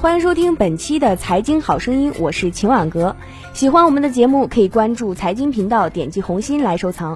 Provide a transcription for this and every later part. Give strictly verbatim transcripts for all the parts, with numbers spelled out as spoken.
欢迎收听本期的财经好声音，我是秦婉阁。喜欢我们的节目可以关注财经频道，点击红心来收藏。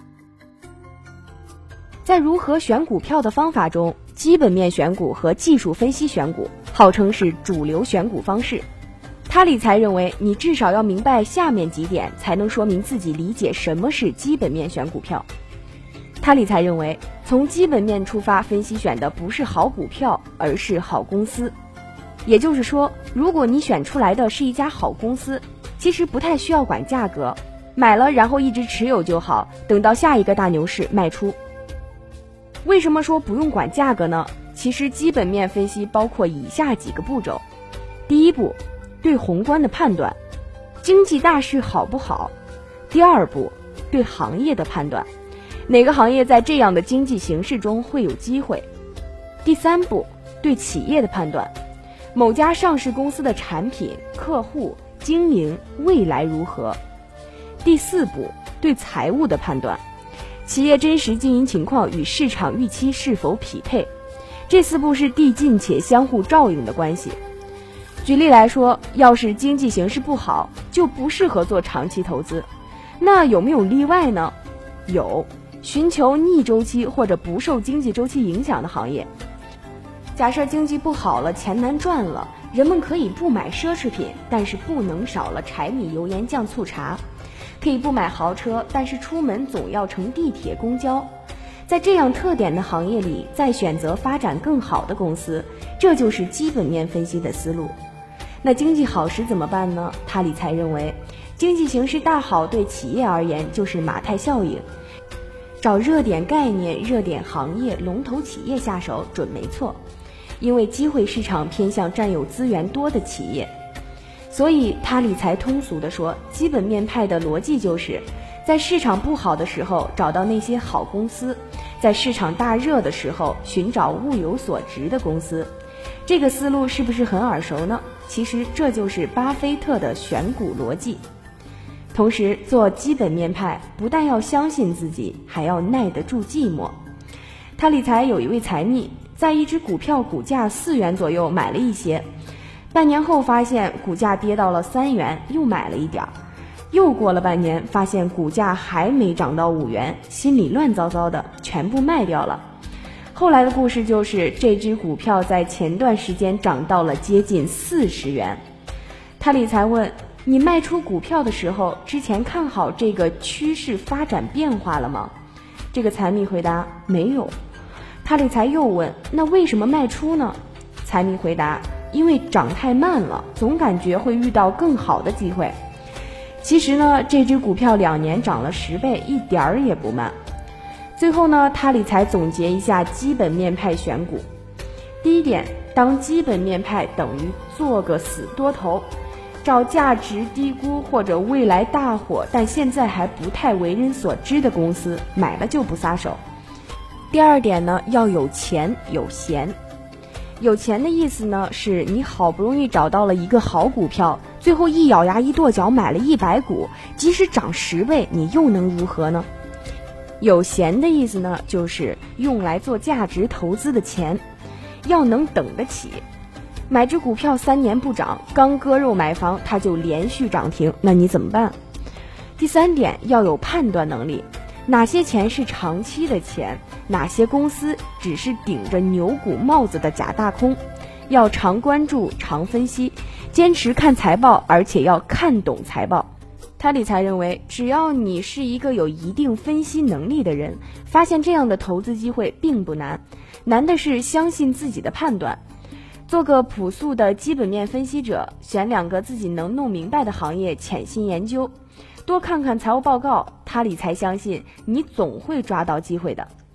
在如何选股票的方法中，基本面选股和技术分析选股号称是主流选股方式。他理财认为，你至少要明白下面几点，才能说明自己理解什么是基本面选股票。他理财认为，从基本面出发分析选的不是好股票，而是好公司。也就是说，如果你选出来的是一家好公司，其实不太需要管价格，买了然后一直持有就好，等到下一个大牛市卖出。为什么说不用管价格呢？其实基本面分析包括以下几个步骤。第一步，对宏观的判断，经济大势好不好。第二步，对行业的判断，哪个行业在这样的经济形势中会有机会。第三步，对企业的判断，某家上市公司的产品、客户、经营未来如何。第四步，对财务的判断，企业真实经营情况与市场预期是否匹配。这四步是递进且相互照应的关系。举例来说，要是经济形势不好，就不适合做长期投资。那有没有例外呢？有，寻求逆周期或者不受经济周期影响的行业。假设经济不好了，钱难赚了，人们可以不买奢侈品，但是不能少了柴米油盐酱醋茶；可以不买豪车，但是出门总要乘地铁公交。在这样特点的行业里，再选择发展更好的公司，这就是基本面分析的思路。那经济好时怎么办呢？他理财认为，经济形势大好对企业而言就是马太效应，找热点概念、热点行业、龙头企业下手准没错。因为机会市场偏向占有资源多的企业，所以他理财通俗地说，基本面派的逻辑就是在市场不好的时候找到那些好公司，在市场大热的时候寻找物有所值的公司。这个思路是不是很耳熟呢？其实这就是巴菲特的选股逻辑。同时，做基本面派不但要相信自己，还要耐得住寂寞。他理财有一位财蜜，在一只股票股价四元左右买了一些，半年后发现股价跌到了三元，又买了一点儿，又过了半年发现股价还没涨到五元，心里乱糟糟的，全部卖掉了。后来的故事就是，这只股票在前段时间涨到了接近四十元。他理财问，你卖出股票的时候，之前看好这个趋势发展变化了吗？这个财迷回答，没有。他理财又问，那为什么卖出呢？财迷回答，因为涨太慢了，总感觉会遇到更好的机会。其实呢，这只股票两年涨了十倍，一点儿也不慢。最后呢，他理财总结一下基本面派选股。第一点，当基本面派等于做个死多头，找价值低估或者未来大火但现在还不太为人所知的公司，买了就不撒手。第二点呢，要有钱有闲。有钱的意思呢，是你好不容易找到了一个好股票，最后一咬牙一跺脚买了一百股，即使涨十倍，你又能如何呢？有闲的意思呢，就是用来做价值投资的钱，要能等得起。买只股票三年不涨，刚割肉买房它就连续涨停，那你怎么办？第三点，要有判断能力。哪些钱是长期的钱，哪些公司只是顶着牛股帽子的假大空，要常关注常分析，坚持看财报，而且要看懂财报。他理财认为，只要你是一个有一定分析能力的人，发现这样的投资机会并不难，难的是相信自己的判断。做个朴素的基本面分析者，选两个自己能弄明白的行业潜心研究，多看看财务报告，他理财相信你总会抓到机会的。